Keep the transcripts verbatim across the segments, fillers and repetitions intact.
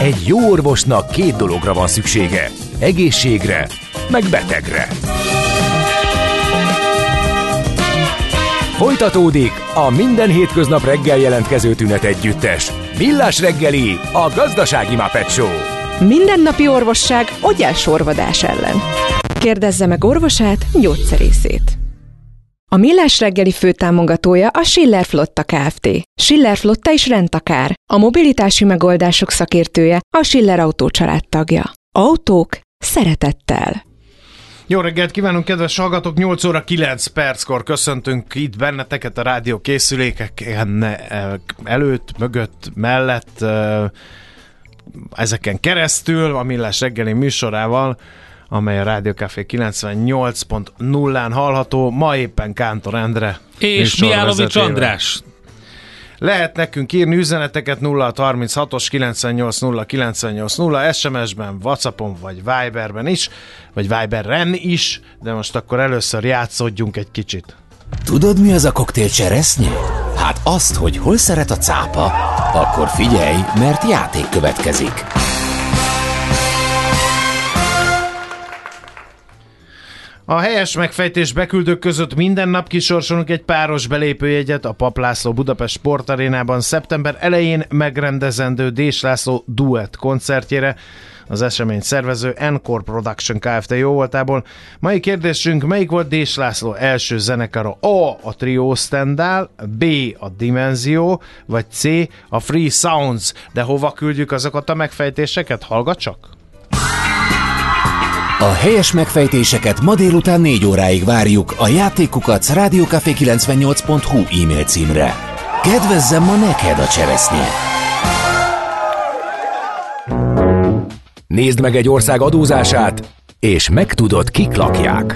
Egy jó orvosnak két dologra van szüksége. Egészségre, meg betegre. Folytatódik a minden hétköznap reggel jelentkező tünet együttes. Millás reggeli, a gazdasági Muppet Show. Mindennapi orvosság ogyásorvadás ellen. Kérdezze meg orvosát, gyógyszerészét. A Millás reggeli főtámogatója a Schiller Flotta Kft. Schiller Flotta is rendtakár. A mobilitási megoldások szakértője, a Schiller Autó családtagja. Autók szeretettel. Jó reggelt kívánunk, kedves hallgatók! nyolc óra kilenc perckor köszöntünk itt benneteket a rádió készülékeken előtt, mögött, mellett, ezeken keresztül a Millás reggeli műsorával, amely a Rádió Café kilencvennyolc pont nullán hallható. Ma éppen Kántor Endre és Mihálovics András. Lehet nekünk írni üzeneteket nulla harminchatos kilencvennyolc nulla kilencvennyolc nulla es em es-ben, WhatsAppon vagy Viberben is, vagy Viberen is, de most akkor először játszódjunk egy kicsit. Tudod, mi az a koktél cseresznye? Hát azt, hogy hol szeret a cápa, akkor figyelj, mert játék következik. A helyes megfejtés beküldők között minden nap kisorsolunk egy páros belépőjegyet a Papp László Budapest Sportarénában szeptember elején megrendezendő Dés László duett koncertjére. Az esemény szervező Encore Production Kft. Jóvoltából. Mai kérdésünk: melyik volt Dés László első zenekara? A. A Trio Stendhal, B. A Dimenzió, vagy C. A Free Sounds. De hova küldjük azokat a megfejtéseket? Hallgat csak! A helyes megfejtéseket ma délután négy óráig várjuk a játékukac rádiókafé kilencvennyolc pont hu e-mail címre. Kedvezzem ma neked a cseresznye! Nézd meg egy ország adózását, és megtudod, kik lakják.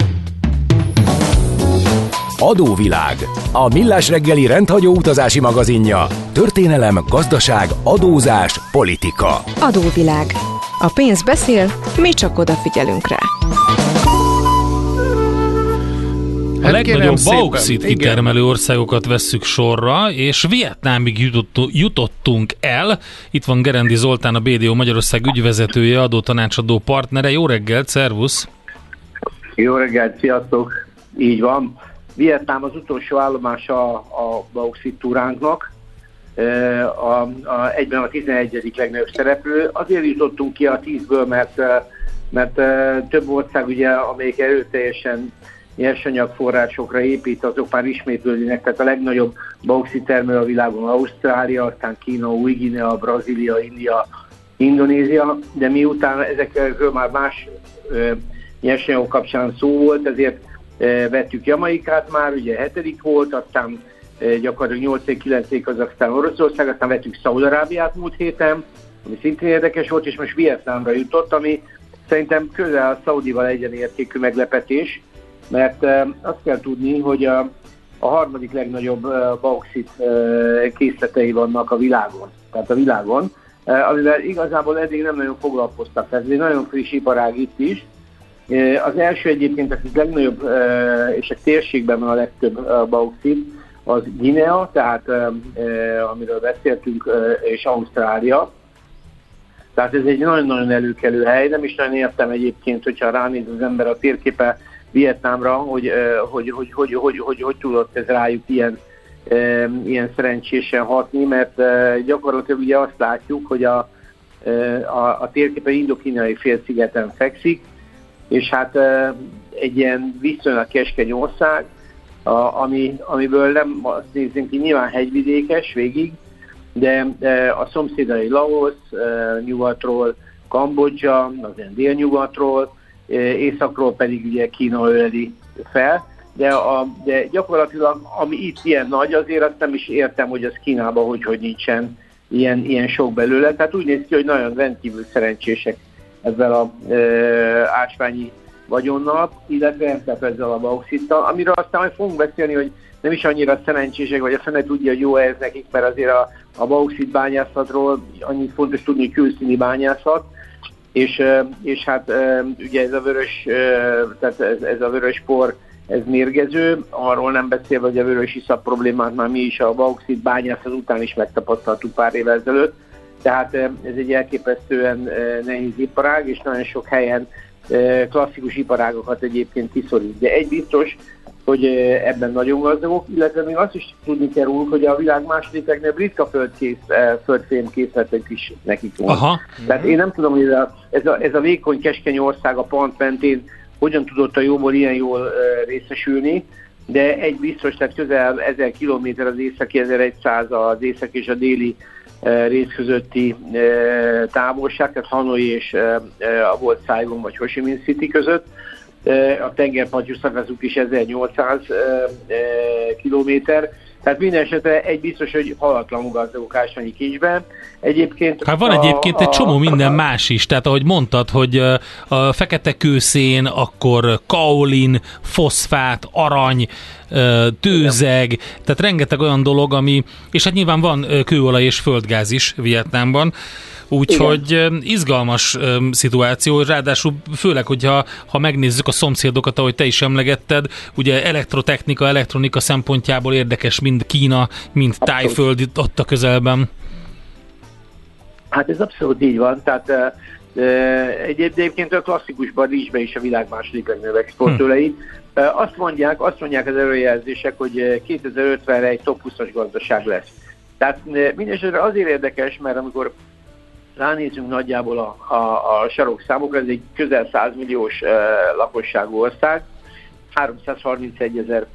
Adóvilág, a Millás reggeli rendhagyó utazási magazinja. Történelem, gazdaság, adózás, politika. Adóvilág. A pénz beszél, mi csak odafigyelünk rá. A legnagyobb bauxit kitermelő országokat vesszük sorra, és Vietnámig jutott, jutottunk el. Itt van Gerendi Zoltán, a bé dé o Magyarország ügyvezetője, adótanácsadó partnere. Jó reggelt, szervusz! Jó reggelt, sziasztok! Így van. Vietnám az utolsó állomása a bauxit túránknak. A, a, egyben a tizenegyedik legnagyobb szereplő. Azért jutottunk ki a tízből, mert, mert több ország, ugye, amelyik erőteljesen nyersanyagforrásokra épít, azok már ismétlődnek, tehát a legnagyobb bauxit termelő a világon Ausztrália, aztán Kína, Új-Guinea, Brazília, India, Indonézia, de miután ezekről már más nyersanyagok kapcsán szó volt, ezért vettük Jamaikát már, ugye hetedik volt, aztán gyakorlatilag nyolcadik-kilencedik Kazaksztán, Oroszország, aztán vettük Szaúd-Arábiát múlt héten, ami szintén érdekes volt, és most Vietnámra jutott, ami szerintem közel a Szaudival egyenértékű meglepetés, mert uh, azt kell tudni, hogy a, a harmadik legnagyobb uh, bauxit uh, készletei vannak a világon, tehát a világon, uh, amivel igazából eddig nem nagyon foglalkoztak, ez egy nagyon friss iparág itt is. Uh, az első egyébként, az legnagyobb, uh, és a térségben van a legtöbb uh, bauxit, az Guinea, tehát uh, uh, amiről beszéltünk, uh, és Ausztrália. Tehát ez egy nagyon-nagyon előkelő hely, nem is nagyon értem egyébként, hogyha ránéz az ember a térképe Vietnámra, hogy hogy, hogy, hogy, hogy, hogy, hogy tudott ez rájuk ilyen, e, ilyen szerencsésen hatni, mert e, gyakorlatilag ugye azt látjuk, hogy a, e, a, a térképe indokínai félszigeten fekszik, és hát e, egy ilyen viszonylag keskeny ország, a, ami, amiből nem azt nézzünk ki, nyilván hegyvidékes végig, de e, a szomszédai Laos, e, nyugatról Kambodzsa, az délnyugatról, északról pedig ugye Kína öleli fel, de, a, de gyakorlatilag ami itt ilyen nagy, azért azt nem is értem, hogy az Kínában hogy, hogy nincsen ilyen, ilyen sok belőle. Tehát úgy néz ki, hogy nagyon rendkívül szerencsések ezzel a e, ásványi vagyonnal, illetve ezzel a bauxittal, amiről aztán majd fogunk beszélni, hogy nem is annyira szerencsések, vagy a fene tudja, hogy jó ez nekik, mert azért a, a bauxit bányászatról annyit fontos tudni, hogy külszíni bányászat, És, és hát ugye ez a vörös, tehát ez, ez a vörös por, ez mérgező, arról nem beszélve, hogy a vörös iszap problémát már mi is a bauxit bányászat után is megtapasztaltuk pár évvel ezelőtt, Tehát ez egy elképesztően nehéz iparág, és nagyon sok helyen klasszikus iparágokat egyébként kiszorít. De egy biztos, hogy ebben nagyon gazdagok, illetve még azt is tudni kell róluk, hogy a világ második legnagyobb ritka földkész, földfémkészletek is nekik van. Aha. Tehát én nem tudom, hogy ez a, ez a, ez a vékony, keskeny ország a pont mentén hogyan tudott a jóból ilyen jól részesülni, de egy biztos, tehát közel ezer kilométer az északi, ezerszáz az észak és a déli rész közötti távolság, tehát Hanoi és a volt Saigon vagy Ho Chi Minh City között. A tengerpartjú szakaszuk is ezernyolcszáz kilométer. Tehát minden esetre egy biztos, hogy halatlanul gazdagok ásványi kincsben. Egyébként hát van a, egyébként egy csomó minden a, más is, tehát ahogy mondtad, hogy a fekete kőszén, akkor kaolin, foszfát, arany, tőzeg, igen. Tehát rengeteg olyan dolog, ami, és hát nyilván van kőolaj és földgáz is Vietnámban, úgyhogy izgalmas um, szituáció, ráadásul főleg, hogyha ha megnézzük a szomszédokat, ahogy te is emlegetted, ugye elektrotechnika, elektronika szempontjából érdekes mind Kína, mind Tájföld ott a közelben. Hát ez abszolút így van, tehát uh, egyébként a klasszikusban nincs is a világ második legnagyobb exportőrei. Hm. Uh, azt mondják, azt mondják az előrejelzések, hogy kétezer-ötvenre egy top húszas gazdaság lesz. Tehát uh, mindesetre azért érdekes, mert amikor ránézünk nagyjából a, a, a sarokszámokra, ez egy közel száz milliós uh, lakosságú ország, háromszázharmincegy ezer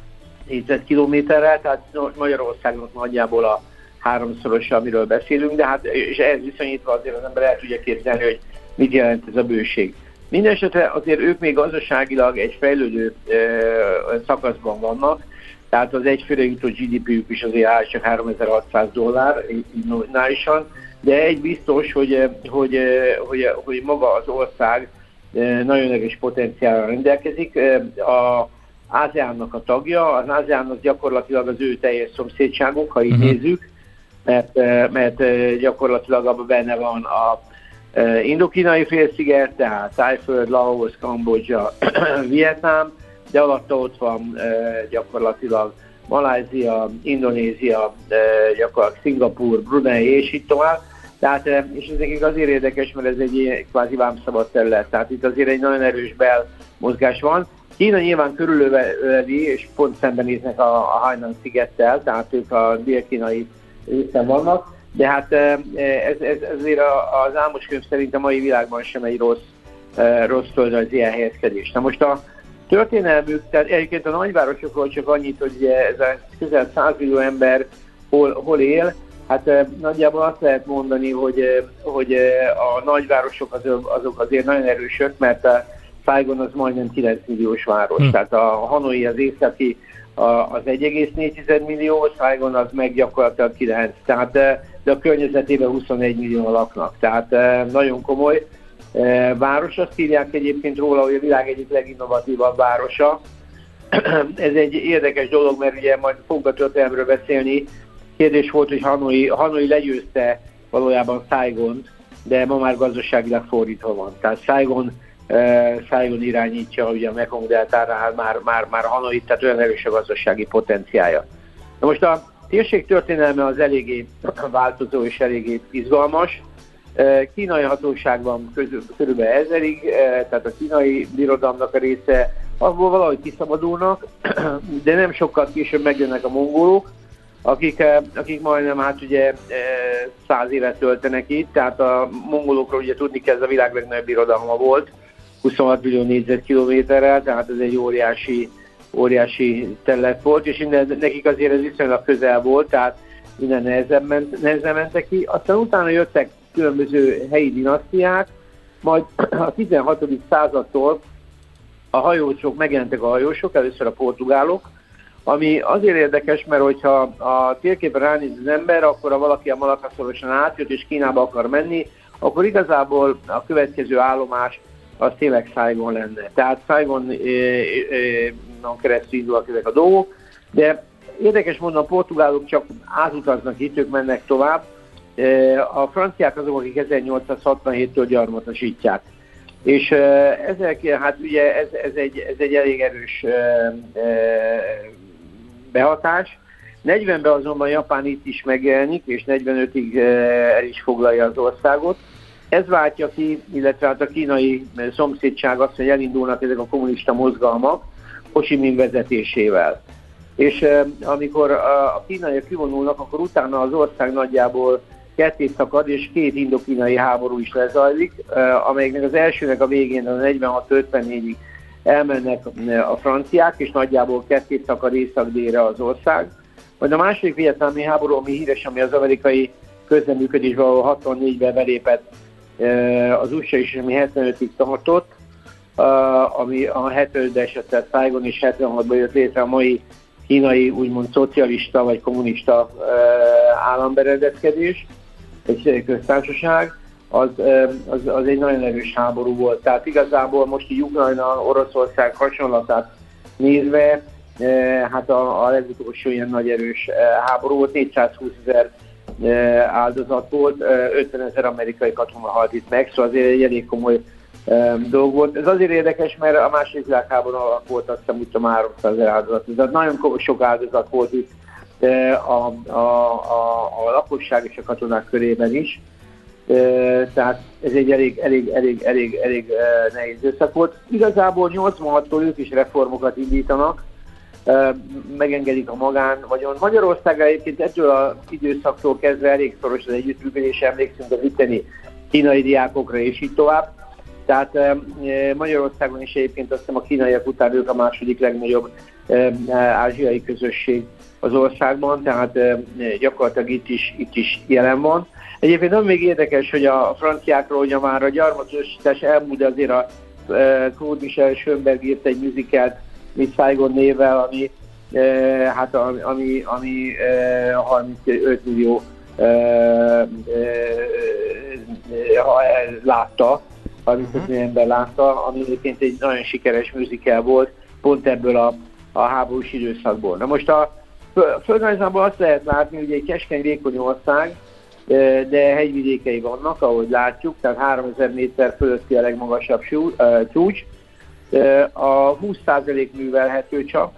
négyzetkilométerrel, tehát Magyarországnak nagyjából a háromszorosa, amiről beszélünk, de hát és ehhez viszonyítva azért az ember el tudja képzelni, hogy mit jelent ez a bőség. Mindenesetre azért ők még gazdaságilag egy fejlődő uh, szakaszban vannak, tehát az egyfőre jutó gé dé pé-jük is azért áll csak háromezer-hatszáz dollár, így nominálisan, de egy biztos, hogy, hogy, hogy, hogy maga az ország nagyon erős potenciálra rendelkezik. Az ázeánnak a tagja, az ázeánnak gyakorlatilag az ő teljes szomszédságok, ha így uh-huh. nézzük, mert, mert gyakorlatilag abban benne van a indokínai félsziget, tehát Tájföld, Laos, Kambodzsa, Vietnám, de alatta ott van gyakorlatilag Malázia, Indonézia, gyakorlatilag Szingapúr, Brunei és így tovább. Tehát, és ez nekik azért érdekes, mert ez egy kvázi vámszabad terület, tehát itt azért egy nagyon erős belmozgás van. Kína nyilván körülöleli, és pont szembenéznek a, a Hainan-szigettel, tehát ők a dél-kínai részen vannak, de hát ez, ez azért az Ámos könyv szerint a mai világban sem egy rossz, rossz földrajzi ilyen helyezkedés. Na most a történelmük, tehát egyébként a nagyvárosokról csak annyit, hogy ez a közel száz millió ember hol, hol él, hát nagyjából azt lehet mondani, hogy, hogy a nagyvárosok azok, azok azért nagyon erősök, mert a Saigon az majdnem kilenc milliós város, hmm. tehát a Hanoi az északi az egy egész négy millió, Saigon az meg gyakorlatilag kilenc, tehát, de a környezetében huszonegy millió laknak, tehát nagyon komoly város. Azt írják egyébként róla, hogy a világ egyik leginnovatívabb városa. Ez egy érdekes dolog, mert ugye majd fogunk a történelemről beszélni. Kérdés volt, hogy Hanoi, Hanoi legyőzte valójában Saigont, de ma már gazdaságilag fordítva van. Tehát Saigon, uh, Saigon irányítja ugye a Mekong deltánál már, már, már Hanoi, tehát olyan erős a gazdasági potenciálja. Na most a térség történelme az eléggé változó és eléggé izgalmas. Kínai hatóságban körülbelül ezerig, tehát a kínai birodalomnak a része, abból valahogy kiszabadulnak, de nem sokkal később megjönnek a mongolok, akik, akik majdnem hát ugye száz évet töltenek itt, tehát a mongolokról ugye tudni kell, ez a világ legnagyobb birodalma volt, huszonhat millió négyzetkilométerrel, tehát ez egy óriási, óriási terület volt, és innen, nekik azért ez viszonylag közel volt, tehát innen nehezen, ment, nehezen mentek ki. Aztán utána jöttek különböző helyi dinasztiák, majd a tizenhatodik századtól a hajósok, megjelentek a hajósok, először a portugálok, ami azért érdekes, mert hogyha a térképen ránéz az ember, akkor ha valaki a Malakaszorosan átjött és Kínába akar menni, akkor igazából a következő állomás az tényleg Saigon lenne. Tehát Saigonon keresztül indulnak ezek a dolgok, de érdekes módon a portugálok csak átutaznak itt, ők mennek tovább. A franciák azok, akik ezernyolcszázhatvanhéttől gyarmatosítják. És ezek, hát ugye ez, ez, egy, ez egy elég erős behatás, negyvenben azonban Japán itt is megjelenik, és negyvenötig el is foglalja az országot. Ez váltja ki, illetve hát a kínai szomszédság azt, hogy elindulnak ezek a kommunista mozgalmak Ho Chi Minh vezetésével. És amikor a kínaiak kivonulnak, akkor utána az ország nagyjából ketté szakad, és két indokínai háború is lezajlik, amelyeknek az elsőnek a végén a negyvenhat ötvennégyig elmennek a franciák, és nagyjából ketté szakad észak-délre az ország. Majd a második vietnámi háború, ami híres, ami az amerikai közreműködésben, ahol hatvannégyben belépett az u es á is, ami hetvenötig tartott, ami a hetvenötben esett el Saigon, és hetvenhatban jött létre a mai kínai úgymond szocialista vagy kommunista államberendezkedés, egy köztársaság, az, az, az egy nagyon erős háború volt. Tehát igazából most így Ukrajna-Oroszország hasonlatát nézve, hát a, a legutolsó ilyen nagy erős háború volt, négyszázhúszezer áldozat volt, ötvenezer amerikai katona halt itt meg, szóval azért egy elég komoly dolog volt. Ez azért érdekes, mert a második világháború alatt volt azt hiszem úgy a háromszázezer áldozat. Tehát nagyon sok áldozat volt itt a, a, a, a lakosság és a katonák körében is. Tehát ez egy elég, elég, elég, elég, elég nehéz időszak volt. Igazából nyolcvanhattól ők is reformokat indítanak, megengedik a magánvagyon. Magyarországra egyébként ettől az időszaktól kezdve elég szoros az együttműködés, emlékszünk az itteni kínai diákokra és így tovább. Tehát Magyarországon is egyébként azt hiszem a kínaiak után ők a második legnagyobb ázsiai közösség az országban, tehát gyakorlatilag itt is, itt is jelen van. Egyébként nem még érdekes, hogy a franciákról, hogy a már a gyarmatosítás elmúlt, de azért a Claude Michel Schönberg írt egy musicalt Miss Saigon névvel, ami, hát, ami, ami harmincöt millió látta, harmincöt millió ember látta, ami egyébként egy nagyon sikeres musical volt, pont ebből a, a háborús időszakból. Na most a földrajzából azt lehet látni, hogy egy keskeny vékony ország, de hegyvidékei vannak, ahogy látjuk, tehát háromezer méter fölötti a legmagasabb csúcs. A húsz százalék művelhető csak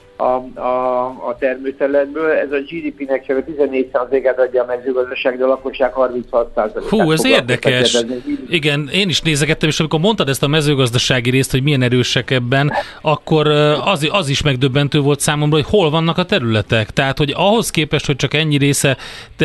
a, a, a termőterületből, ez a gé dé pének csak a tizennégy százalékát adja a mezőgazdaság, de a lakosság harminchat százalékát. Hú, ez érdekes. Igen, én is nézegettem, és amikor mondtad ezt a mezőgazdasági részt, hogy milyen erősek ebben, akkor az, az is megdöbbentő volt számomra, hogy hol vannak a területek. Tehát, hogy ahhoz képest, hogy csak ennyi része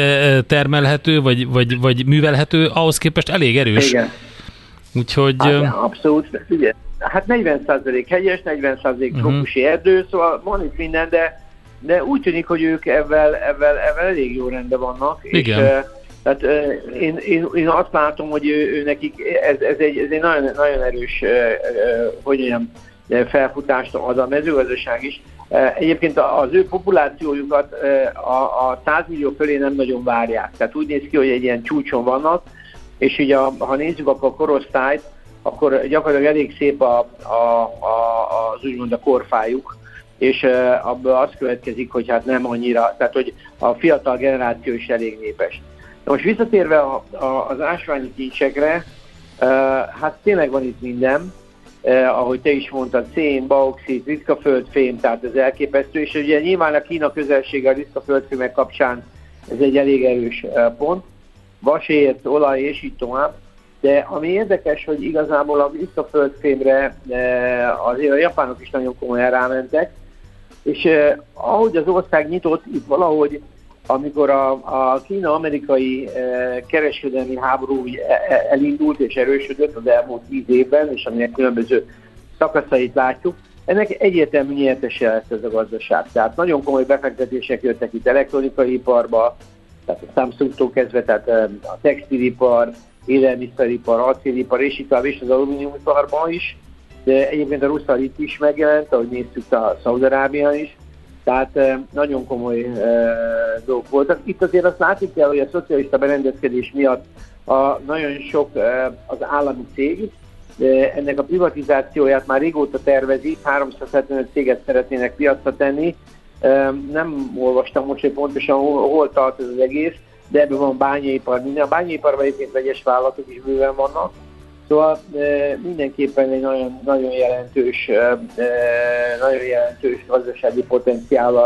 termelhető, vagy, vagy, vagy művelhető, ahhoz képest elég erős. Igen. Úgyhogy... Hát, abszolút, ugye. Hát negyven százalék hegyes, negyven százalék uh-huh. trópusi erdő, szóval van itt minden, de, de úgy tűnik, hogy ők ebben, ebben, ebben elég jó rendben vannak. Igen. És, uh, tehát, uh, én, én, én azt látom, hogy ő, ő nekik ez, ez, egy, ez egy nagyon, nagyon erős uh, uh, hogy mondjam, felfutást ad a mezőgazdaság is. Uh, egyébként az ő populációjukat uh, a, a száz millió fölé nem nagyon várják. Tehát úgy néz ki, hogy egy ilyen csúcson vannak, és ugye a, ha nézzük akkor a korosztályt, akkor gyakorlatilag elég szép a, a, a, az úgymond a korfájuk, és uh, abból az következik, hogy hát nem annyira, tehát hogy a fiatal generáció is elég népes. Na most visszatérve a, a, az ásványi kincsekre, uh, hát tényleg van itt minden, uh, ahogy te is mondtad, szén, bauxit, ritka földfém, tehát ez elképesztő, és ugye nyilván a Kína közelsége a ritka földfémek kapcsán ez egy elég erős uh, pont, vasért, olaj és így tovább. De ami érdekes, hogy igazából a ritka földfémre azért a japánok is nagyon komolyan rámentek, és ahogy az ország nyitott, itt valahogy, amikor a, a kína-amerikai kereskedelmi háború elindult és erősödött az elmúlt tíz évben, és aminek különböző szakaszait látjuk, ennek egyértelmű nyertese lesz ez a gazdaság. Tehát nagyon komoly befektetések jöttek itt elektronikai iparba, tehát a Samsungtól kezdve, tehát a textilipar, élelmiszeripar, acélipar, és itt és az alumíniumiparban is, de egyébként a Russzal itt is megjelent, ahogy néztük a Szaúd-Arábia is, tehát nagyon komoly uh, dolgok voltak. Itt azért azt látni kell, hogy a szocialista berendezkedés miatt a, nagyon sok uh, az állami cég, de ennek a privatizációját már régóta tervezik, háromszázhetvenöt céget szeretnének piacra tenni. Uh, nem olvastam most, hogy pontosan hol, hol tart ez az egész, de ebben van bányaipar, minden. A bányaiparban egyébként vegyes vállalatok is bőven vannak. Szóval e, mindenképpen egy nagyon, nagyon jelentős, e, nagyon jelentős gazdasági potenciállal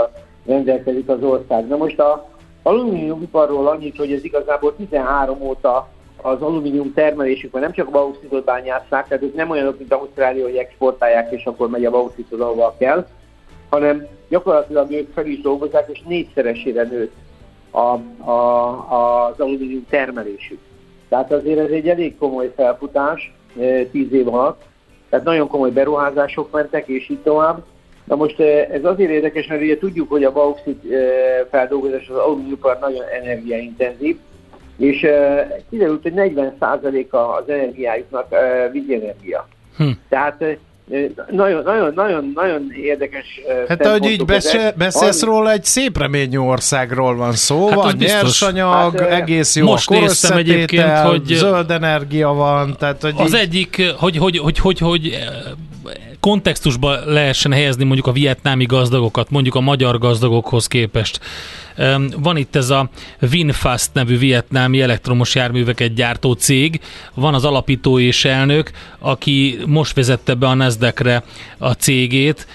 rendelkezik az ország. Na most a alumíniumiparról annyit, hogy ez igazából tizenhárom óta az alumínium termelésükben nem csak a bauxitot bányásszák, tehát ők nem olyanok, mint Ausztrália, hogy exportálják, és akkor megy a bauxit ahova kell, hanem gyakorlatilag ők fel is dolgozzák, és négyszeresére nőtt a, a, az alumínium termelésük. Tehát azért ez egy elég komoly felfutás tíz év alatt, tehát nagyon komoly beruházások mentek, és így tovább. Na most ez azért érdekes, mert ugye tudjuk, hogy a bauxit feldolgozás, az alumíniumipar nagyon energiaintenzív, és kiderült, hogy negyven százaléka az energiájuknak vízenergia. Hm. Tehát nagyon, nagyon, nagyon, nagyon érdekes. Hát ahogy így beszél, beszélsz az... róla, egy szép reményű országról van szó, hát van nyersanyag, hát, egész jó most a koroszetétel, hogy zöld energia van. Tehát, hogy az így... egyik, hogy, hogy, hogy, hogy, hogy kontextusba lehessen helyezni mondjuk a vietnámi gazdagokat, mondjuk a magyar gazdagokhoz képest. Van itt ez a Vinfast nevű vietnámi elektromos járműveket gyártó cég, van az alapító és elnök, aki most vezette be a Nasdaqre a cégét,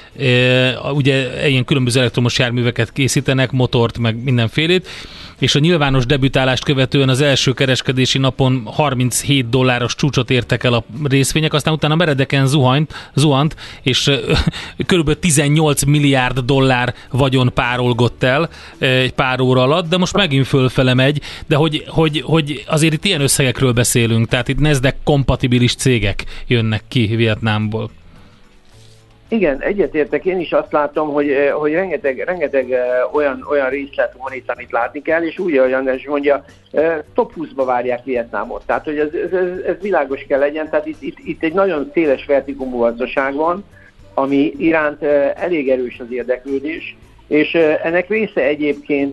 ugye ilyen különböző elektromos járműveket készítenek, motort, meg mindenfélét, és a nyilvános debütálást követően az első kereskedési napon harminchét dolláros csúcsot értek el a részvények, aztán utána meredeken zuhant, zuhant, és körülbelül tizennyolc milliárd dollár vagyon párolgott el egy pár óra alatt, de most megint fölfele megy, de hogy, hogy, hogy azért itt ilyen összegekről beszélünk, tehát itt Nasdaq kompatibilis cégek jönnek ki Vietnámból. Igen, egyetértek, én is azt látom, hogy, hogy rengeteg, rengeteg olyan, olyan részlet van itt, amit látni kell, és úgy, ahogy András mondja, top húszba várják Vietnámot. Tehát, hogy ez, ez, ez világos kell legyen, tehát itt, itt, itt egy nagyon széles vertikumú gazdaság van, ami iránt elég erős az érdeklődés, és ennek része egyébként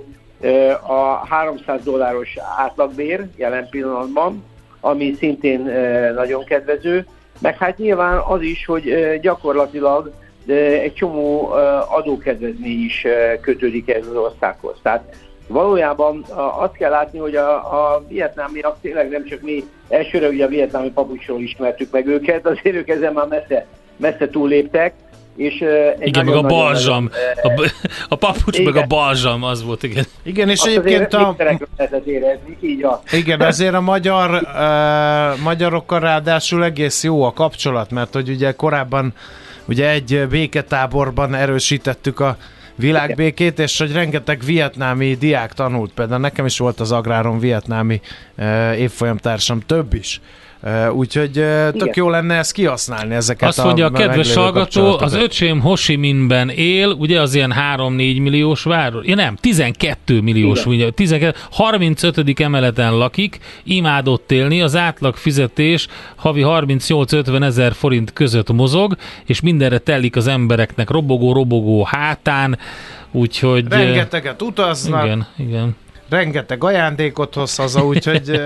a háromszáz dolláros átlagbér jelen pillanatban, ami szintén nagyon kedvező, meg hát nyilván az is, hogy gyakorlatilag egy csomó adókedvezmény is kötődik ez az országhoz. Tehát valójában azt kell látni, hogy a, a vietnámiak tényleg nem csak mi, elsőre ugye a vietnámi papucsról ismertük meg őket, azért ők ezen már messze, messze túlléptek. És, egy igen, meg a balzsam, nagyon, a, a papucs igen. meg a balzsam, az volt, igen. Igen, és azt egyébként a... érezni, így van. Igen, azért a magyar, uh, magyarokkal ráadásul egész jó a kapcsolat, mert hogy ugye korábban ugye egy béketáborban erősítettük a világbékét, és hogy rengeteg vietnámi diák tanult, például nekem is volt az agráron vietnámi uh, évfolyamtársam, több is. Uh, úgyhogy uh, tök jó lenne ezt kihasználni, ezeket. Azt mondja a, a kedves hallgató, az öcsém Ho Chi Minhben él, ugye az ilyen három-négy milliós város, ja nem, tizenkét milliós, ugye, tizenkettő, harmincötödik emeleten lakik, imád ott élni, az átlag fizetés havi harmincnyolc-ötven ezer forint között mozog, és mindenre telik az embereknek robogó-robogó hátán, úgyhogy... Rengeteget utaznak, igen, igen. rengeteg ajándékot hoz haza, úgyhogy...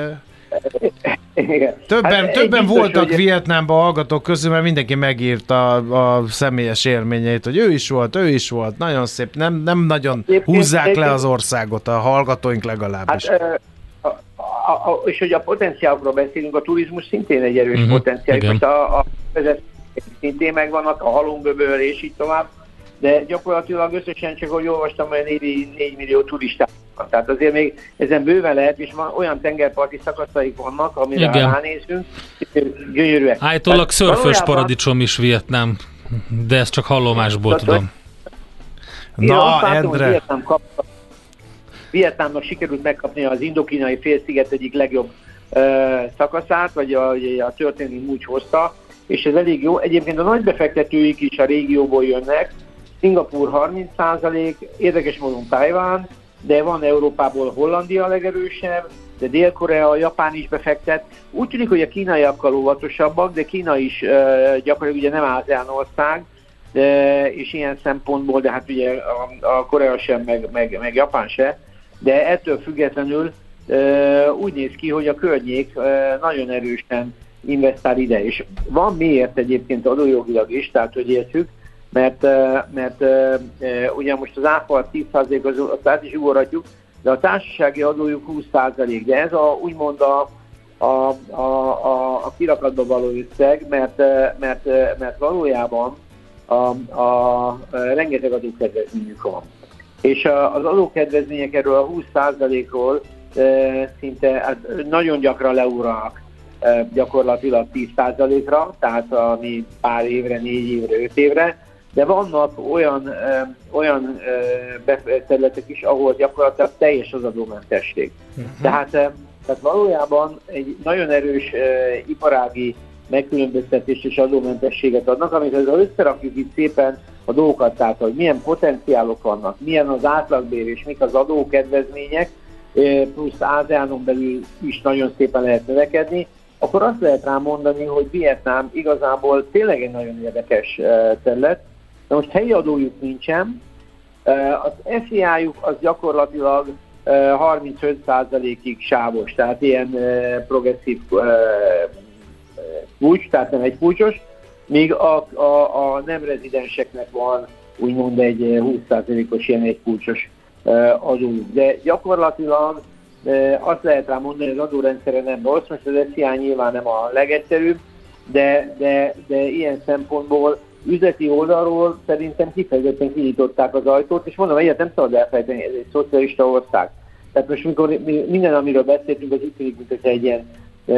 Igen. Többen, hát többen biztos, voltak hogy... Vietnámban hallgatók közül, mert mindenki megírta a, a személyes élményeit, hogy ő is volt, ő is volt, nagyon szép, nem, nem nagyon Szép húzzák szép, le az országot, a hallgatóink legalábbis. Hát, a, a, a, és hogy a potenciálokról beszélünk, a turizmus szintén egy erős uh-huh, potenciál, hogy a, a vezetők szintén megvannak, a halomgöböl és így tovább, de gyakorlatilag összesen csak, hogy olvastam, hogy négy millió turistát. Tehát azért még ezen bőven lehet, és van olyan tengerparti szakaszaik vannak, amire igen. ránézünk, gyönyörűek. Állítólag szörfös valójában... paradicsom is Vietnám, de ezt csak hallomásból tehát, tudom. Na, Endre! Vietnám kap... Vietnámnak sikerült megkapni az indokínai félsziget egyik legjobb uh, szakaszát, vagy a, a történelmi múlt hozta, és ez elég jó. Egyébként a nagy befektetőik is a régióból jönnek, Szingapúr harminc százalék, érdekes módon Tajván, de van Európából Hollandia a legerősebb, de Dél-Korea, Japán is befektet. Úgy tűnik, hogy a kínaiakkal óvatosabbak, de Kína is uh, gyakorlatilag ugye nem ASEAN ország, de, és ilyen szempontból, de hát ugye a, a Korea sem, meg, meg, meg Japán se, de ettől függetlenül uh, úgy néz ki, hogy a környék uh, nagyon erősen investál ide, és van miért egyébként adójogilag is, tehát hogy értjük, mert, mert ugye most az áfa tíz százalék, az, azt át is ugorhatjuk, de a társasági adójuk húsz százalék, de ez a, úgymond a, a, a, a, a kirakatba való összeg, mert, mert, mert valójában a, a, a rengeteg adókedvezményük van. És az adókedvezmények erről a húsz százalékról szinte hát nagyon gyakran leúrnak gyakorlatilag tíz százalékra, tehát ami pár évre, négy évre, öt évre, de vannak olyan, ö, olyan ö, területek is, ahol gyakorlatilag teljes az adómentesség. Uh-huh. Tehát, ö, tehát valójában egy nagyon erős ö, iparági megkülönböztetést és adómentességet adnak, amit ezzel összerakjuk itt szépen a dolgokat, tehát hogy milyen potenciálok vannak, milyen az átlagbér és mik az adókedvezmények, plusz ázeánon belül is nagyon szépen lehet növekedni, akkor azt lehet rá mondani, hogy Vietnám igazából tényleg egy nagyon érdekes terület. De most helyi adójuk nincsen, az ef i á-juk az gyakorlatilag harmincöt százalékig sávos, tehát ilyen progresszív kulcs, tehát nem egy kulcsos, míg a, a, a nem rezidenseknek van úgymond egy húsz százalékos ilyen egy kulcsos adójuk. De gyakorlatilag azt lehet rá mondani, hogy az adórendszere nem rossz, most az ef i á nyilván nem a legegyszerűbb, de, de, de ilyen szempontból üzleti oldalról szerintem kifejezetten kinyitották az ajtót, és mondom, ilyet nem szabad elfelejteni, ez egy szocialista ország. Tehát most mikor minden, amiről beszéltünk, az úgy tűnik, mint hogy egy ilyen,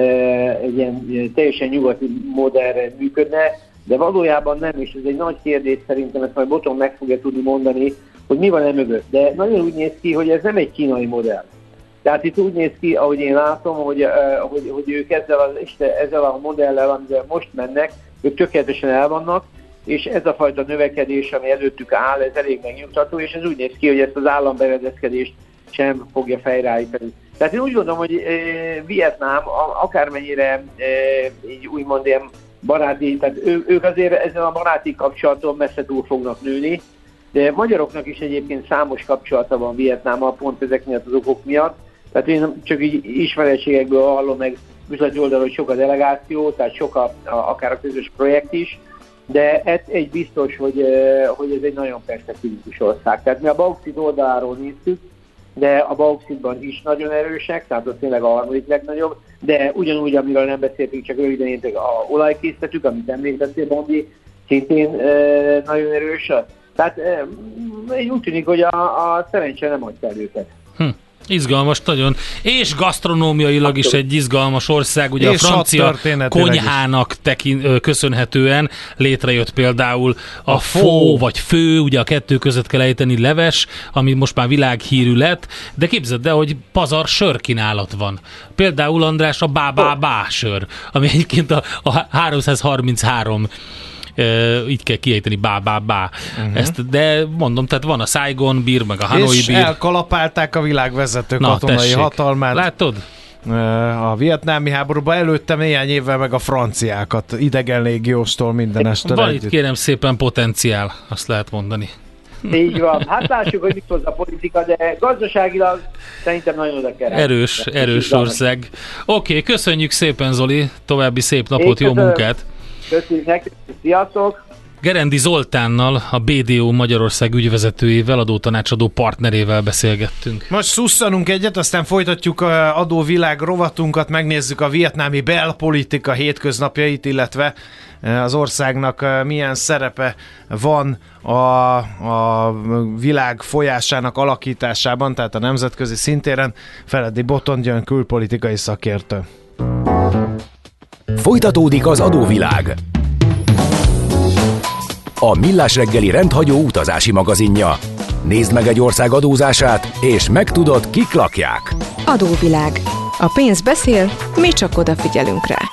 egy ilyen teljesen nyugati modellre működne, de valójában nem, és ez egy nagy kérdés szerintem, ezt majd Botton meg fogja tudni mondani, hogy mi van e mögött. De nagyon úgy néz ki, hogy ez nem egy kínai modell. Tehát itt úgy néz ki, ahogy én látom, hogy, hogy, hogy ők ezzel a, ezzel a modellel, amivel most mennek, ők tökéletesen el vannak, és ez a fajta növekedés, ami előttük áll, ez elég megnyugtató, és ez úgy néz ki, hogy ezt az államberendezkedést sem fogja fejreállítani. Tehát én úgy gondolom, hogy e, Vietnám akármennyire e, így úgymond ilyen baráti, tehát ő, ők azért ezen a baráti kapcsolaton messze túl fognak nőni, de magyaroknak is egyébként számos kapcsolata van Vietnámmal, pont ezek miatt az okok miatt. Tehát én csak így ismeretségekből hallom meg üzleti oldalról, hogy sok a delegáció, tehát sok a, a, akár a közös projekt is, de ez egy biztos, hogy, hogy ez egy nagyon perspektívikus ország. Tehát mi a bauxit oldaláról néztük, de a bauxitban is nagyon erősek, tehát az tényleg a harmadik legnagyobb, de ugyanúgy, amiről nem beszéltünk, csak röviden értek, a olajkészletük, amit említettél, Bondi, szintén e, nagyon erős. Tehát e, úgy tűnik, hogy a, a szerencse nem hagyta el őket. Hm. Izgalmas nagyon, és gasztronómiailag is egy izgalmas ország, ugye és a francia konyhának tekin, köszönhetően létrejött például a, a fó vagy fő, ugye a kettő között kell ejteni leves, ami most már világhírű lett, de képzeld el, hogy pazar sörkínálat van. Például, András, a bá-bá-bá sör, ami egyébként a, a háromszázharminchárom Uh, így kell kiejteni, bá-bá-bá. Uh-huh. Ezt, de mondom, tehát van a Saigon bír, meg a Hanoi és bír. És elkalapálták a világvezető Na, katonai tessék. hatalmát. Látod? A vietnámi háborúban, előtte néhány évvel meg a franciákat, idegen légióstól minden este. Van együtt. Itt kérem szépen potenciál, azt lehet mondani. Így van. Hát lássuk, hogy mit hoz a politika, de gazdaságilag szerintem nagyon oda kell. Erős, erős ország. Oké, okay, köszönjük szépen, Zoli, további szép napot, Én jó köszönöm. munkát! Köszönjük nektek, sziasztok! Gerendi Zoltánnal, a bé dé o Magyarország ügyvezetőjével, adótanácsadó partnerével beszélgettünk. Most szusszanunk egyet, aztán folytatjuk a adóvilág rovatunkat, megnézzük a vietnámi belpolitika hétköznapjait, illetve az országnak milyen szerepe van a, a világ folyásának alakításában, tehát a nemzetközi szintéren. Feledi Botton jön, külpolitikai szakértő. Folytatódik az adóvilág. A Millás reggeli rendhagyó utazási magazinja. Nézd meg egy ország adózását, és megtudod, kik lakják. Adóvilág. A pénz beszél, mi csak odafigyelünk rá.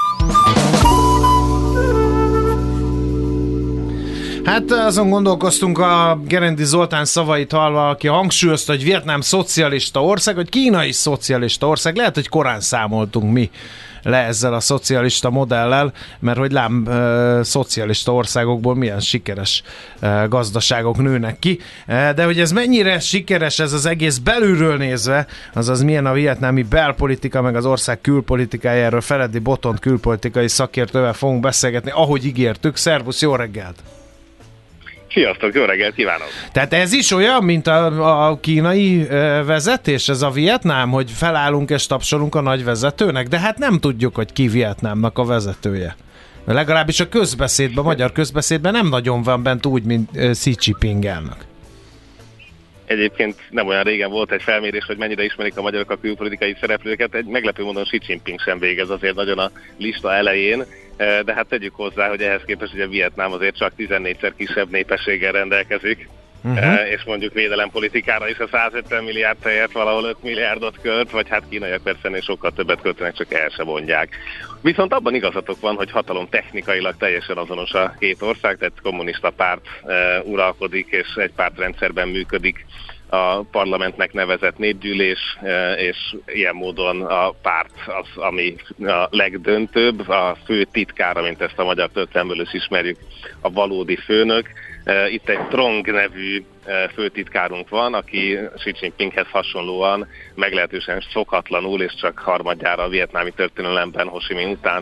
Hát azon gondolkoztunk a Gerendi Zoltán szavait hallva, aki hangsúlyozta, hogy Vietnám szocialista ország, hogy Kína is szocialista ország. Lehet, hogy korán számoltunk mi le ezzel a szocialista modellel, mert hogy lám e, szocialista országokból milyen sikeres e, gazdaságok nőnek ki. E, de hogy ez mennyire sikeres ez az egész belülről nézve, azaz milyen a vietnámi belpolitika, meg az ország külpolitikájáról Feledi Botton külpolitikai szakértővel fogunk beszélgetni, ahogy ígértük. Szervusz, jó reggelt! Sziasztok, jó reggelt kívánok! Tehát ez is olyan, mint a, a kínai vezetés, ez a Vietnám, hogy felállunk és tapsolunk a nagy vezetőnek, de hát nem tudjuk, hogy ki Vietnámnak a vezetője. Legalábbis a közbeszédben, a magyar közbeszédben nem nagyon van bent úgy, mint Xi Jinping elnök. Egyébként nem olyan régen volt egy felmérés, hogy mennyire ismerik a magyarok a külpolitikai szereplőket. Egy meglepő módon Xi Jinping sem végez azért nagyon a lista elején, de hát tegyük hozzá, hogy ehhez képest ugye Vietnám azért csak tizennégyszer kisebb népességgel rendelkezik, uh-huh. és mondjuk védelempolitikára is a százötven milliárd helyett valahol öt milliárdot költ, vagy hát kínaiak persze sokkal többet költenek, csak el se mondják. Viszont abban igazatok van, hogy hatalom technikailag teljesen azonos a két ország, tehát kommunista párt e, uralkodik, és egy pártrendszerben működik a parlamentnek nevezett népgyűlés, e, és ilyen módon a párt az, ami a legdöntőbb, a fő titkára, mint ezt a magyar történelmből is ismerjük, a valódi főnök. Itt egy Trong nevű főtitkárunk van, aki Xi Jinpinghez hasonlóan meglehetősen szokatlanul, és csak harmadjára a vietnámi történelemben Ho Chi Minh után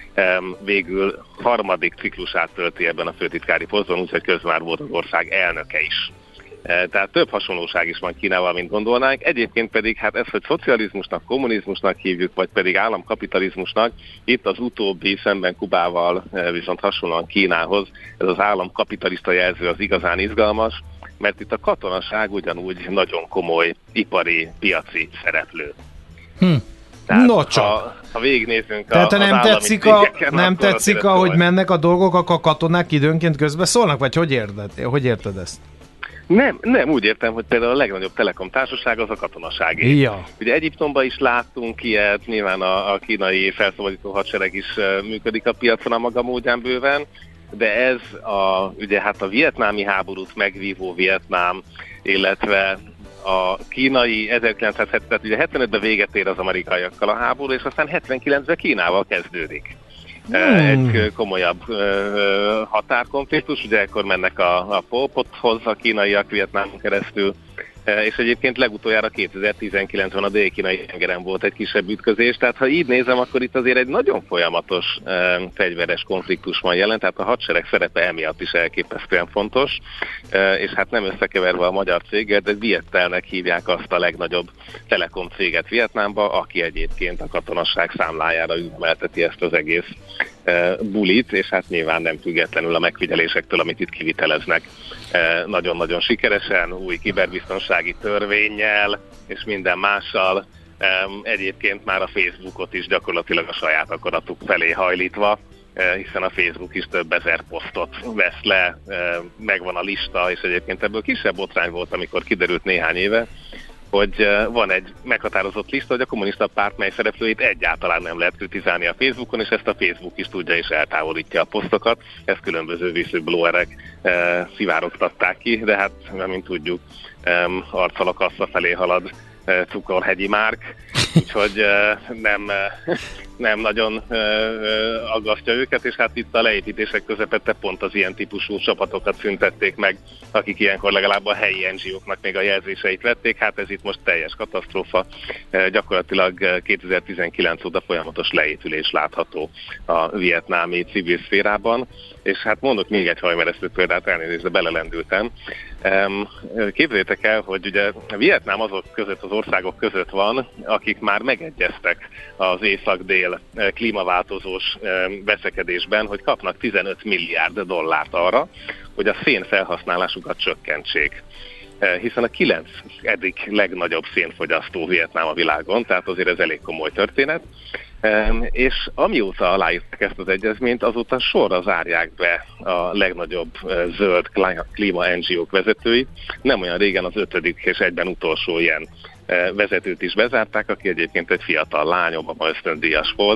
végül harmadik ciklusát tölti ebben a főtitkári poszton, úgyhogy közben már volt az ország elnöke is. Tehát több hasonlóság is van Kínával, mint gondolnánk. Egyébként pedig hát ez, hogy szocializmusnak, kommunizmusnak hívjuk, vagy pedig államkapitalizmusnak, itt az utóbbi szemben Kubával viszont hasonlóan Kínához, ez az államkapitalista jelző az igazán izgalmas, mert itt a katonaság ugyanúgy nagyon komoly ipari, piaci szereplő. Hm. Tehát, no csak. Ha, ha végignézünk Tehát a, nem tetszik, a, nem tetszik ahogy mennek a dolgok, akkor a katonák időnként közbe szólnak, vagy hogy érted, hogy érted ezt? Nem, nem, úgy értem, hogy például a legnagyobb telekom társaság az a katonaságé. Ja. Ugye Egyiptomban is láttunk ilyet, nyilván a, a kínai felszabadító hadsereg is uh, működik a piacon a maga módján bőven, de ez a, ugye hát a vietnámi háborút megvívó Vietnám, illetve a kínai ezerkilencszázhetven, tehát ugye hetvenötben véget ér az amerikaiakkal a háború, és aztán hetvenkilencben Kínával kezdődik. Hmm. Egy komolyabb határkonfliktus, ugye ekkor mennek a, a Pol Pothoz a kínaiak Vietnámon keresztül, és egyébként legutoljára kétezer-tizenkilencben a dél-kínai tengeren volt egy kisebb ütközés, tehát ha így nézem, akkor itt azért egy nagyon folyamatos e, fegyveres konfliktus van jelen, tehát a hadsereg szerepe emiatt is elképesztően fontos, e, és hát nem összekeverve a magyar céggel, de Viettelnek hívják azt a legnagyobb telekom céget Vietnámba, aki egyébként a katonasság számlájára üzemelteti ezt az egész e, bulit, és hát nyilván nem függetlenül a megfigyelésektől, amit itt kiviteleznek, e, nagyon-nagyon sikeresen, új kiberbiztonsági törvénnyel és minden mással, egyébként már a Facebookot is gyakorlatilag a saját akaratuk felé hajlítva, hiszen a Facebook is több ezer posztot vesz le, megvan a lista, és egyébként ebből kisebb botrány volt, amikor kiderült néhány éve, hogy van egy meghatározott lista, hogy a kommunista párt mely szereplőit egyáltalán nem lehet kritizálni a Facebookon, és ezt a Facebook is tudja és eltávolítja a posztokat. Ezt különböző whistleblowerek e, szivárogtatták ki, de hát, mint tudjuk, e, arccal a kassza felé halad e, Cukorhegyi Márk, úgyhogy e, nem, e, nem nagyon e, aggasztja őket, és hát itt a leépítések közepette pont az ilyen típusú csapatokat szüntették meg, akik ilyenkor legalább a helyi en gé ó-knak még a jelzéseit vették, hát ez itt most teljes katasztrófa. E, gyakorlatilag kétezer-tizenkilenc óta folyamatos leépülés látható a vietnámi civil szférában, és hát mondok még egy hajmeresztő példát, elnézést, de belelendültem. Képzeljétek el, hogy ugye Vietnám azok között, az országok között van, akik már megegyeztek az észak-dél klímaváltozós veszekedésben, hogy kapnak tizenöt milliárd dollárt arra, hogy a szén felhasználásukat csökkentsék. Hiszen a kilencedik legnagyobb szénfogyasztó Vietnám a világon, tehát azért ez elég komoly történet. És amióta aláírták ezt az egyezményt, azóta sorra zárják be a legnagyobb zöld klíma en gé ó-k vezetőit. Nem olyan régen az ötödik és egyben utolsó ilyen vezetőt is bezárták, aki egyébként egy fiatal lány, Obama ösztöndíjas volt.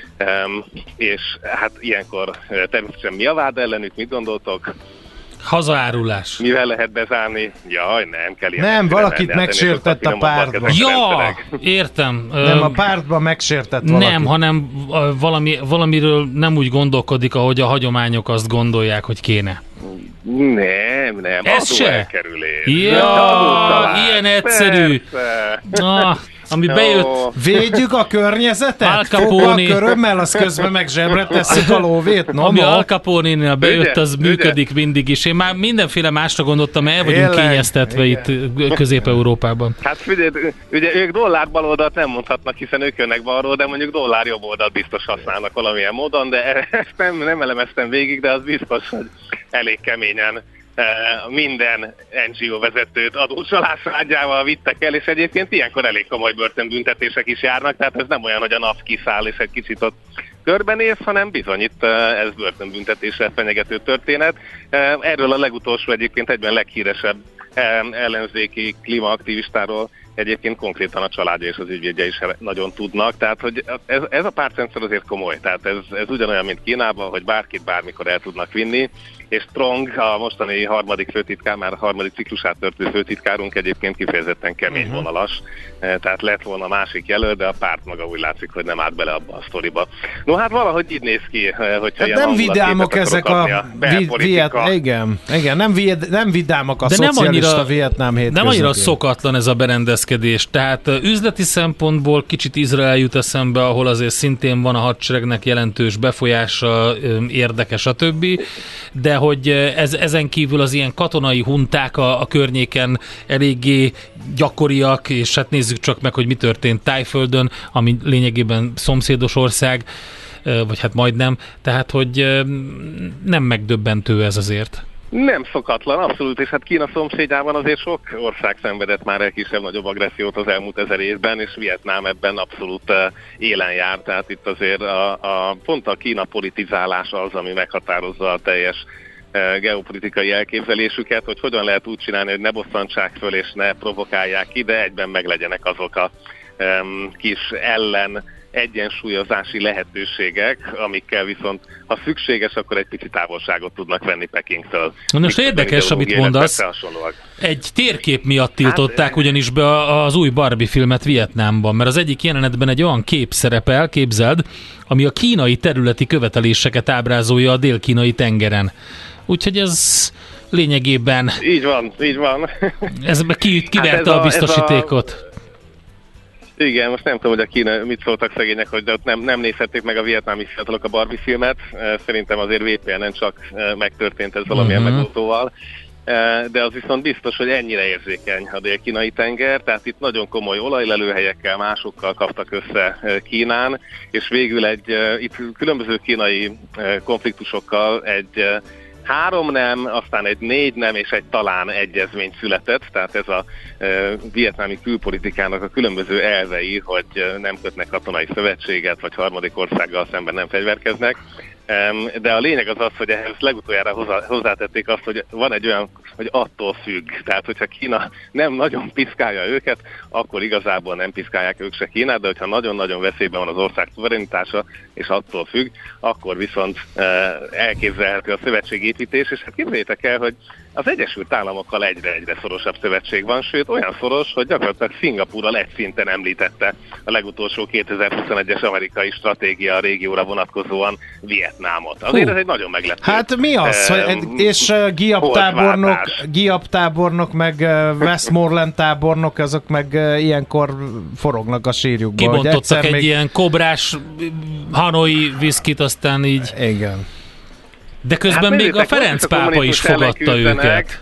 És hát ilyenkor természetesen mi a vád ellenük, mit gondoltok? Hazaárulás. Mivel lehet bezárni? Jaj, nem kell ilyen. Nem, valakit menni, megsértett a pártban. Ja, értem. Nem, a pártban megsértett valaki. Nem, hanem valami, valamiről nem úgy gondolkodik, ahogy a hagyományok azt gondolják, hogy kéne. Nem, nem. Ez se? Elkerülés. Ja, ilyen egyszerű. Ah, ami bejött. Védjük a környezetet? Fogva a körömmel, az közben meg zsebre tesszük a lóvét. No, ami no. Al Capone-nél bejött, az ügye, működik ügye. mindig is. Én már mindenféle másra gondoltam, el vagyunk Élek. kényeztetve igen. itt Közép-Európában. Hát figyelj, ugye ők dollár baloldalt nem mondhatnak, hiszen ők jönnek balról, de mondjuk dollár jobb oldalt biztos használnak valamilyen módon, de ezt nem, nem elemeztem végig, de az biztos, hogy elég keményen minden en gé o vezetőt adócsalás vágyával vittek el, és egyébként ilyenkor elég komoly börtönbüntetések is járnak, tehát ez nem olyan, hogy a NAV kiszáll és egy kicsit ott körbenéz, hanem bizony itt ez börtönbüntetésre fenyegető történet. Erről a legutolsó egyébként egyben leghíresebb ellenzéki klímaaktivistáról egyébként konkrétan a családja és az ügyvédje is nagyon tudnak, tehát hogy ez, ez a pártrendszer azért komoly, tehát ez, ez ugyanolyan, mint Kínában, hogy bárkit bármikor el tudnak vinni, és Strong, a mostani harmadik főtitkár, már a harmadik ciklusát törtő főtitkárunk egyébként kifejezetten kemény uh-huh. vonalas, tehát lett volna másik jelölt, de a párt maga úgy látszik, hogy nem állt bele abba a sztoriba. No hát valahogy így néz ki, hogyha hát ilyen nem vidámok ezek a, a viet, igen, igen, nem, viet, nem vidámok a de szocialista annyira, Vietnám hétköznapja. Nem annyira szokatlan ez a berendezkedés, tehát üzleti szempontból kicsit Izrael jut eszembe, ahol azért szintén van a hadseregnek jelentős befolyása, érdeke, stb., de hogy ez, ezen kívül az ilyen katonai hunták a, a környéken eléggé gyakoriak, és hát nézzük csak meg, hogy mi történt Tájföldön, ami lényegében szomszédos ország, vagy hát majdnem, tehát hogy nem megdöbbentő ez azért. Nem szokatlan, abszolút, és hát Kína szomszédjában azért sok ország szenvedett már egy kisebb-nagyobb agressziót az elmúlt ezer évben, és Vietnám ebben abszolút élen jár, tehát itt azért a, a, pont a Kína politizálása az, ami meghatározza a teljes geopolitikai elképzelésüket, hogy hogyan lehet úgy csinálni, hogy ne bosszantsák föl és ne provokálják ki, de egyben meglegyenek azok a um, kis ellen egyensúlyozási lehetőségek, amikkel viszont, ha szükséges, akkor egy picit távolságot tudnak venni Pekingtől. Most érdekes, amit mondasz. Egy térkép miatt tiltották hát, ugyanis be az új Barbie filmet Vietnámban, mert az egyik jelenetben egy olyan kép szerepel, képzeld, ami a kínai területi követeléseket ábrázolja a dél-kínai tengeren. Úgyhogy ez lényegében... Így van, így van. Ez ki, kiverte hát ez a, a biztosítékot. A... Igen, most nem tudom, hogy a Kína mit szóltak szegények, hogy de ott nem, nem nézhették meg a vietnámi fiatalok a Barbie filmet. Szerintem azért vé pé en-en csak megtörtént ez valamilyen uh-huh. megoldóval. De az viszont biztos, hogy ennyire érzékeny a dél-kínai tenger, tehát itt nagyon komoly olajlelőhelyekkel, másokkal kaptak össze Kínán, és végül egy itt különböző kínai konfliktusokkal egy három nem, aztán egy négy nem és egy talán egyezmény született, tehát ez a e, vietnámi külpolitikának a különböző elvei, hogy nem kötnek katonai szövetséget, vagy harmadik országgal szemben nem fegyverkeznek. De a lényeg az az, hogy ehhez legutoljára hozzá, hozzátették azt, hogy van egy olyan, hogy attól függ. Tehát, hogyha Kína nem nagyon piszkálja őket, akkor igazából nem piszkálják ők se Kínát, de hogyha nagyon-nagyon veszélyben van az ország szuverenitása, és attól függ, akkor viszont elképzelhető a szövetségépítés, és hát képzeljétek el, hogy az Egyesült Államokkal egyre-egyre szorosabb szövetség van, sőt olyan szoros, hogy gyakorlatilag Szingapúrral egy szinten említette a legutolsó kétezer-huszonegyes amerikai stratégia a régióra vonatkozóan Vietnámot. Azért Hú. ez egy nagyon meglepő. Hát mi az? Um, hogy, és uh, Giap tábornok, Giap tábornok, meg uh, Westmoreland tábornok, azok meg uh, ilyenkor forognak a sírjukba. Kibontottak egy még... ilyen kobrás hanoi viszkit, aztán így... Igen. De közben hát, még a Ferenc pápa is fogadta őket.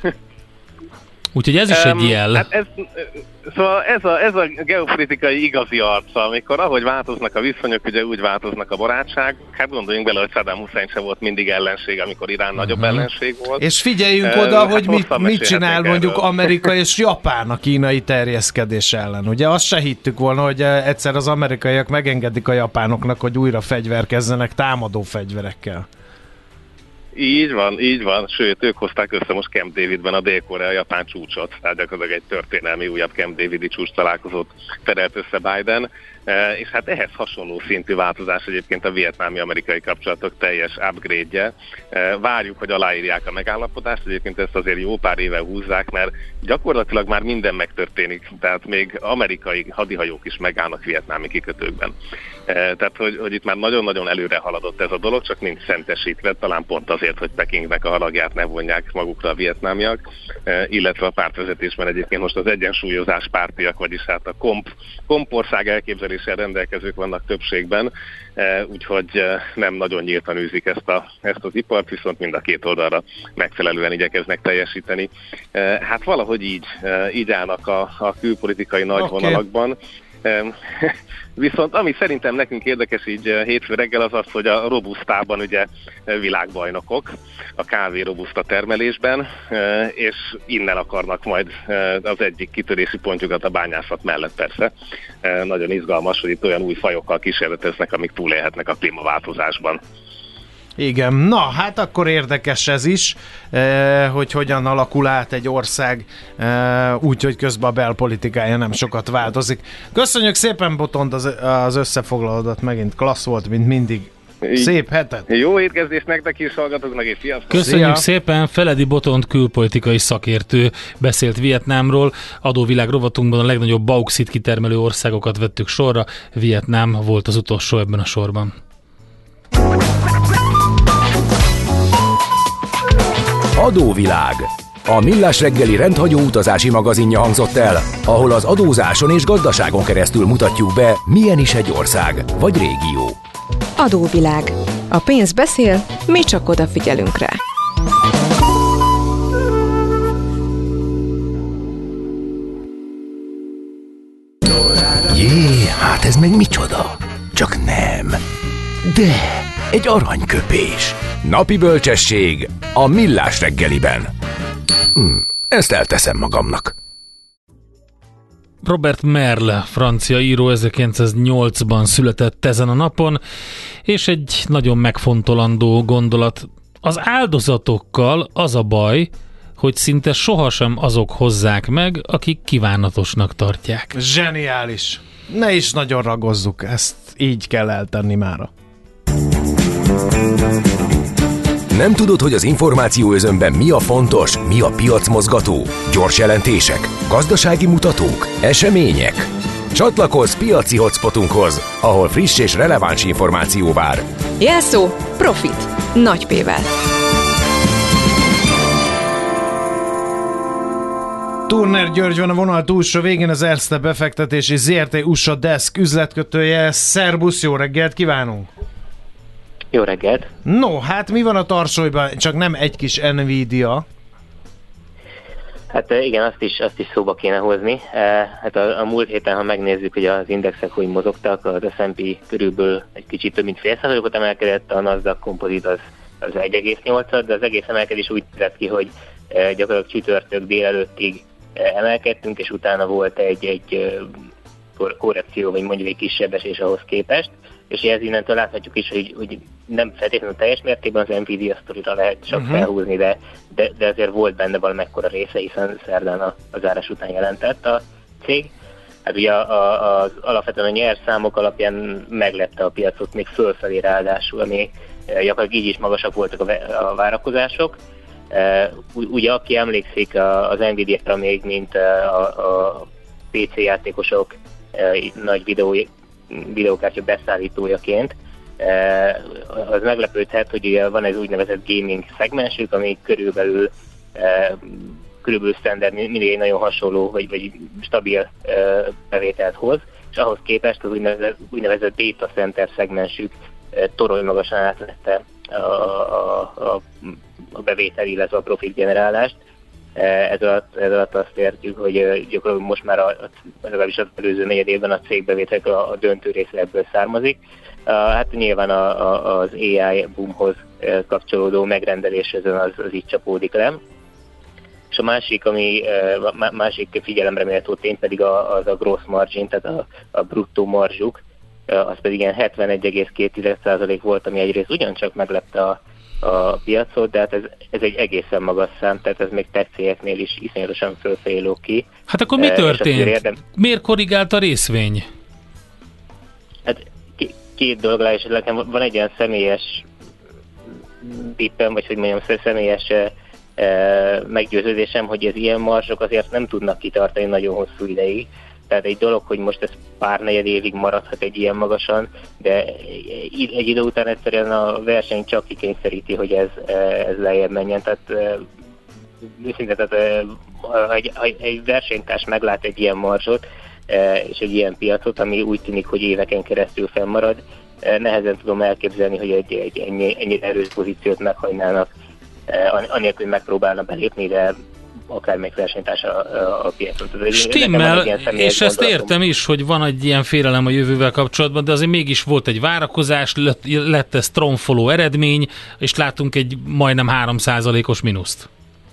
Úgyhogy ez is um, egy jel. Hát ez, szóval ez a, ez a geopolitikai igazi arca, amikor ahogy változnak a viszonyok, ugye úgy változnak a barátság. Hát gondoljunk bele, hogy Saddam Hussein se volt mindig ellenség, amikor Irán uh-huh. nagyobb ellenség volt. És figyeljünk uh, oda, hát hogy mit, mit csinál mondjuk erről. Amerika és Japán a kínai terjeszkedés ellen. Ugye azt se hittük volna, hogy egyszer az amerikaiak megengedik a japánoknak, hogy újra fegyverkezzenek támadó fegyverekkel. Így van, így van, sőt, ők hozták össze most Camp Davidben a Dél-Korea-Japán csúcsot, tehát gyakorlatilag egy történelmi újabb Camp Davidi csúcs találkozót fedelt össze Biden, e, és hát ehhez hasonló szintű változás egyébként a vietnámi-amerikai kapcsolatok teljes upgrade-je. E, várjuk, hogy aláírják a megállapodást, egyébként ezt azért jó pár éve húzzák, mert gyakorlatilag már minden megtörténik, tehát még amerikai hadihajók is megállnak vietnámi kikötőkben. E, tehát, hogy, hogy itt már nagyon-nagyon előre haladott ez a dolog, csak nincs szentesítve, talán pont azért, hogy Pekingnek a halagját ne vonják magukra a vietnámiak, e, illetve a pártvezetésben egyébként most az egyensúlyozás pártiak, vagyis hát a komp, kompország elképzeléssel rendelkezők vannak többségben, e, úgyhogy nem nagyon nyíltan űzik ezt, a, ezt az ipart, viszont mind a két oldalra megfelelően igyekeznek teljesíteni. E, hát valahogy így, e, így állnak a, a külpolitikai nagyvonalakban. Okay. Viszont ami szerintem nekünk érdekes így hétfő reggel az az, hogy a robusztában ugye világbajnokok a kávé robuszta termelésben, és innen akarnak majd az egyik kitörési pontjukat a bányászat mellett persze. Nagyon izgalmas, hogy itt olyan új fajokkal kísérleteznek, amik túlélhetnek a klímaváltozásban. Igen, na hát akkor érdekes ez is, hogy hogyan alakul át egy ország úgy, hogy közben a belpolitikája nem sokat változik. Köszönjük szépen, Botond, az, az összefoglalódat, megint klassz volt, mint mindig. Szép hetet! Jó étkezdést nektek is, hallgatóknak, és sziasztok! Köszönjük Szia. szépen, Feledi Botond külpolitikai szakértő beszélt Vietnámról. Adóvilág rovatunkban a legnagyobb bauxit kitermelő országokat vettük sorra. Vietnám volt az utolsó ebben a sorban. Adóvilág. A Millás reggeli rendhagyó utazási magazinja hangzott el, ahol az adózáson és gazdaságon keresztül mutatjuk be, milyen is egy ország vagy régió. Adóvilág. A pénz beszél, mi csak odafigyelünk rá. Jé, hát ez meg micsoda? Csak nem. De, egy aranyköpés. Napi bölcsesség a Millás reggeliben. Hm, ezt elteszem magamnak. Robert Merle, francia író, ezerkilencszáznyolcban született ezen a napon, és egy nagyon megfontolandó gondolat. Az áldozatokkal az a baj, hogy szinte sohasem azok hozzák meg, akik kívánatosnak tartják. Zseniális! Ne is nagyon ragozzuk, ezt így kell eltenni mára. Nem tudod, hogy az információ özönben mi a fontos, mi a piacmozgató? Gyors jelentések, gazdasági mutatók, események? Csatlakozz piaci hotspotunkhoz, ahol friss és releváns információ vár. Jelszó Profit. Nagy P-vel. Turner György van a vonal túlsó végén, az Erste befektetési zé er té u es á Desk üzletkötője. Szerbusz, jó reggelt kívánunk! Jó reggelt! No, hát mi van a tarsolyban? Csak nem egy kis Nvidia. Hát igen, azt is, azt is szóba kéne hozni. Hát a, a múlt héten, ha megnézzük, hogy az indexek hogy mozogtak, az es and pé körülbelül egy kicsit több mint fél százalékot emelkedett, a Nasdaq Composite az, az egy egész nyolc, de az egész emelkedés úgy tett ki, hogy gyakorlatilag csütörtök délelőttig emelkedtünk, és utána volt egy, egy korrekció, vagy mondjuk egy kisebb esés ahhoz képest, és ez innentől láthatjuk is, hogy, hogy nem feltétlenül teljes mértékben az Nvidia sztorira lehet csak uh-huh. felhúzni, de, de, de azért volt benne valamekkora része, hiszen szerdán a, a zárás után jelentett a cég. Hát ugye a, a, az alapvetően a nyerszámok alapján meglepte a piacot még fölfelé ráadásul, ami gyakorlatilag így is magasabb voltak a, a várakozások. Uh, ugye aki emlékszik az Nvidia-ra még, mint a, a pé cé játékosok uh, nagy videó, videókártya beszállítójaként, uh, az meglepődhet, hogy ugye van ez úgynevezett gaming szegmensük, ami körülbelül uh, körülbelül standard, mindig egy nagyon hasonló, vagy, vagy stabil uh, bevételt hoz, és ahhoz képest az úgynevezett, úgynevezett data center szegmensük uh, torony magasan átvette a, a, a, a bevétel, illetve a profit generálást. Ez alatt, ez alatt azt értjük, hogy gyakorlatilag most már a, legalábbis az előző negyed évben a cégbevételek a, a döntő része ebből származik. Hát nyilván a, a, az á i boomhoz kapcsolódó megrendelés ezen az, az így csapódik le. És a másik, ami másik figyelemre méltó tény pedig a, az a gross margin, tehát a, a bruttó marzsuk, az pedig ilyen hetvenegy egész két százalék volt, ami egyrészt ugyancsak meglepte a, a piacot, de hát ez, ez egy egészen magas szám, tehát ez még tech cégeknél is iszonyatosan fölfelé lóg ki. Hát akkor mi történt? Érdem... Miért korrigált a részvény? Hát két dolog rá, és nekem van egy olyan személyes tippem, vagy hogy mondjam, személyes e, meggyőződésem, hogy az ilyen marzsok azért nem tudnak kitartani nagyon hosszú ideig. Tehát egy dolog, hogy most ez pár negyed évig maradhat egy ilyen magasan, de egy idő után egyszerűen a verseny csak kikényszeríti, hogy ez, ez lejjebb menjen. Tehát őszintén, tehát ha egy, egy versenytárs meglát egy ilyen marzsot és egy ilyen piacot, ami úgy tűnik, hogy éveken keresztül fennmarad, nehezen tudom elképzelni, hogy egy, egy ennyi, ennyi erős pozíciót meghajnának, anélkül, hogy megpróbálna belépni, de akármelyik versenytársa a, a piacon. Stimmel, és ezt értem is, hogy van egy ilyen félelem a jövővel kapcsolatban, de azért mégis volt egy várakozás, lett, lett ez tromfoló eredmény, és látunk egy majdnem három százalékos mínuszt.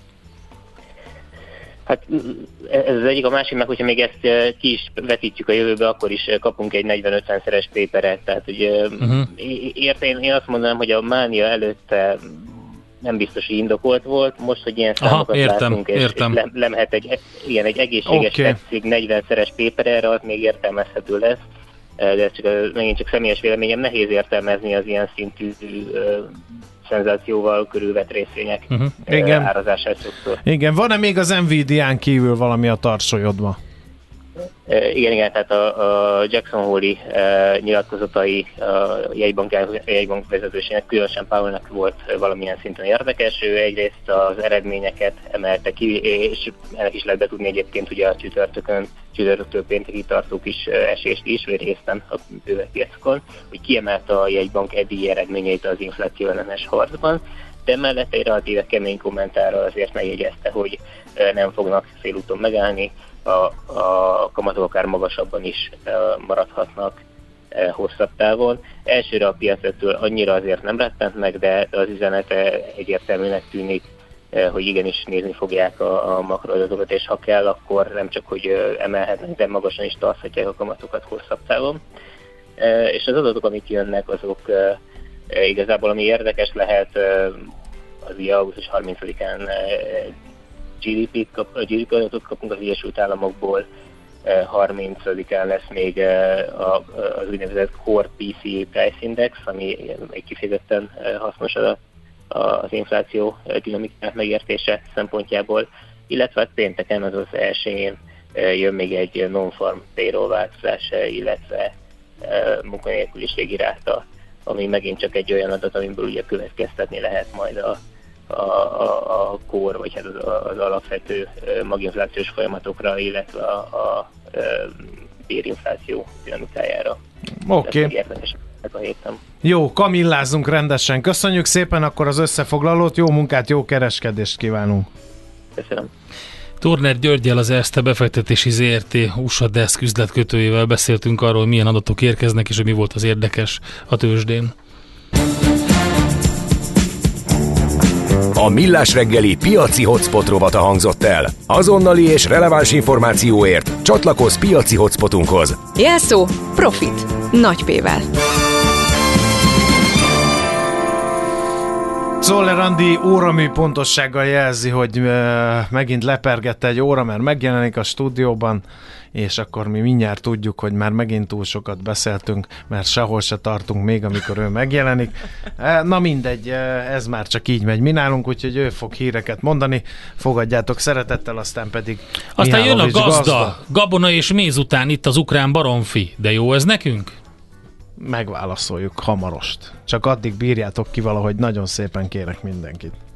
Hát ez az egyik, a másik meg, hogyha még ezt ki is vetítjük a jövőbe, akkor is kapunk egy negyven-ötven-szeres péperet. Tehát ugye uh-huh. ért, én, én azt mondanám, hogy a mánia előtte nem biztos, hogy indokolt volt. Most, hogy ilyen számokat Aha, értem, látunk, és, értem. és lemhet egy, ilyen, egy egészséges okay. tetszég negyven-szeres péper, erre az még értelmezhető lesz. De ez csak, megint csak személyes véleményem, nehéz értelmezni az ilyen szintű szenzációval körülvett részvények uh-huh. Igen. árazását sokszor. Igen, van-e még az Nvidián kívül valami a tarsolyodban? Uh, igen, igen, tehát a, a Jackson Hole-i uh, nyilatkozatai a jegybank, jegybank vezetősének, különösen Powellnek volt valamilyen szinten érdekes. Ő egyrészt az eredményeket emelte ki, és ennek is lehet betudni egyébként ugye a csütörtökön, csütörtöktől péntekig tartó kis esést is, vagy részben a piacokon, hogy kiemelte a jegybank eddigi eredményeit az infláció ellenes harcban, de mellett egy relatíve kemény kommentárral azért megjegyezte, hogy nem fognak félúton megállni, a, a kamatok akár magasabban is maradhatnak hosszabb távon. Elsőre a piacettől annyira azért nem rettent meg, de az üzenete egyértelműnek tűnik, hogy igenis nézni fogják a, a makroadatokat, és ha kell, akkor nem csak, hogy emelhetnek, de magasan is tarthatják a kamatokat hosszabb távon. És az adatok, amik jönnek, azok igazából, ami érdekes lehet, az ugye augusztus harmincadikán gé dé pé-t kap, gé dé pé adatot kapunk az Egyesült Államokból, harmincadikán lesz még az úgynevezett Core pé cé Price Index, ami egy kifejezetten hasznos adat az infláció dinamikának megértése szempontjából, illetve pénteken, azaz elsőjén jön még egy non-farm payroll változás, illetve munkanélküliségi ráta, ami megint csak egy olyan adat, amiből ugye következtetni lehet majd a, a, a, a core, vagy hát az, az alapvető maginflációs folyamatokra, illetve a, a, a bérinfláció dinamikájára. Oké. Okay. A héten. Jó, kamillázzunk rendesen. Köszönjük szépen akkor az összefoglalót, jó munkát, jó kereskedést kívánunk. Köszönöm. Turner Györggyel, az Erste befektetési zé er té u es á Desk üzletkötőjével beszéltünk arról, milyen adatok érkeznek, és hogy mi volt az érdekes a tőzsdén. A Millás reggeli piaci hotspot rovata hangzott el. Azonnali és releváns információért csatlakozz piaci hotspotunkhoz. Jelszó Profit. Nagy P-vel. Czoller Andi óramű pontossággal jelzi, hogy uh, megint lepergette egy óra, mert megjelenik a stúdióban, és akkor mi mindjárt tudjuk, hogy már megint túl sokat beszéltünk, mert sehol se tartunk még, amikor ő megjelenik. Na mindegy, ez már csak így megy mi nálunk, úgyhogy ő fog híreket mondani, fogadjátok szeretettel, aztán pedig aztán jön a gazda, gazda, gabona és méz után itt az ukrán baromfi, de jó ez nekünk? Megválaszoljuk hamarost. Csak addig bírjátok ki valahogy, nagyon szépen kérek mindenkit.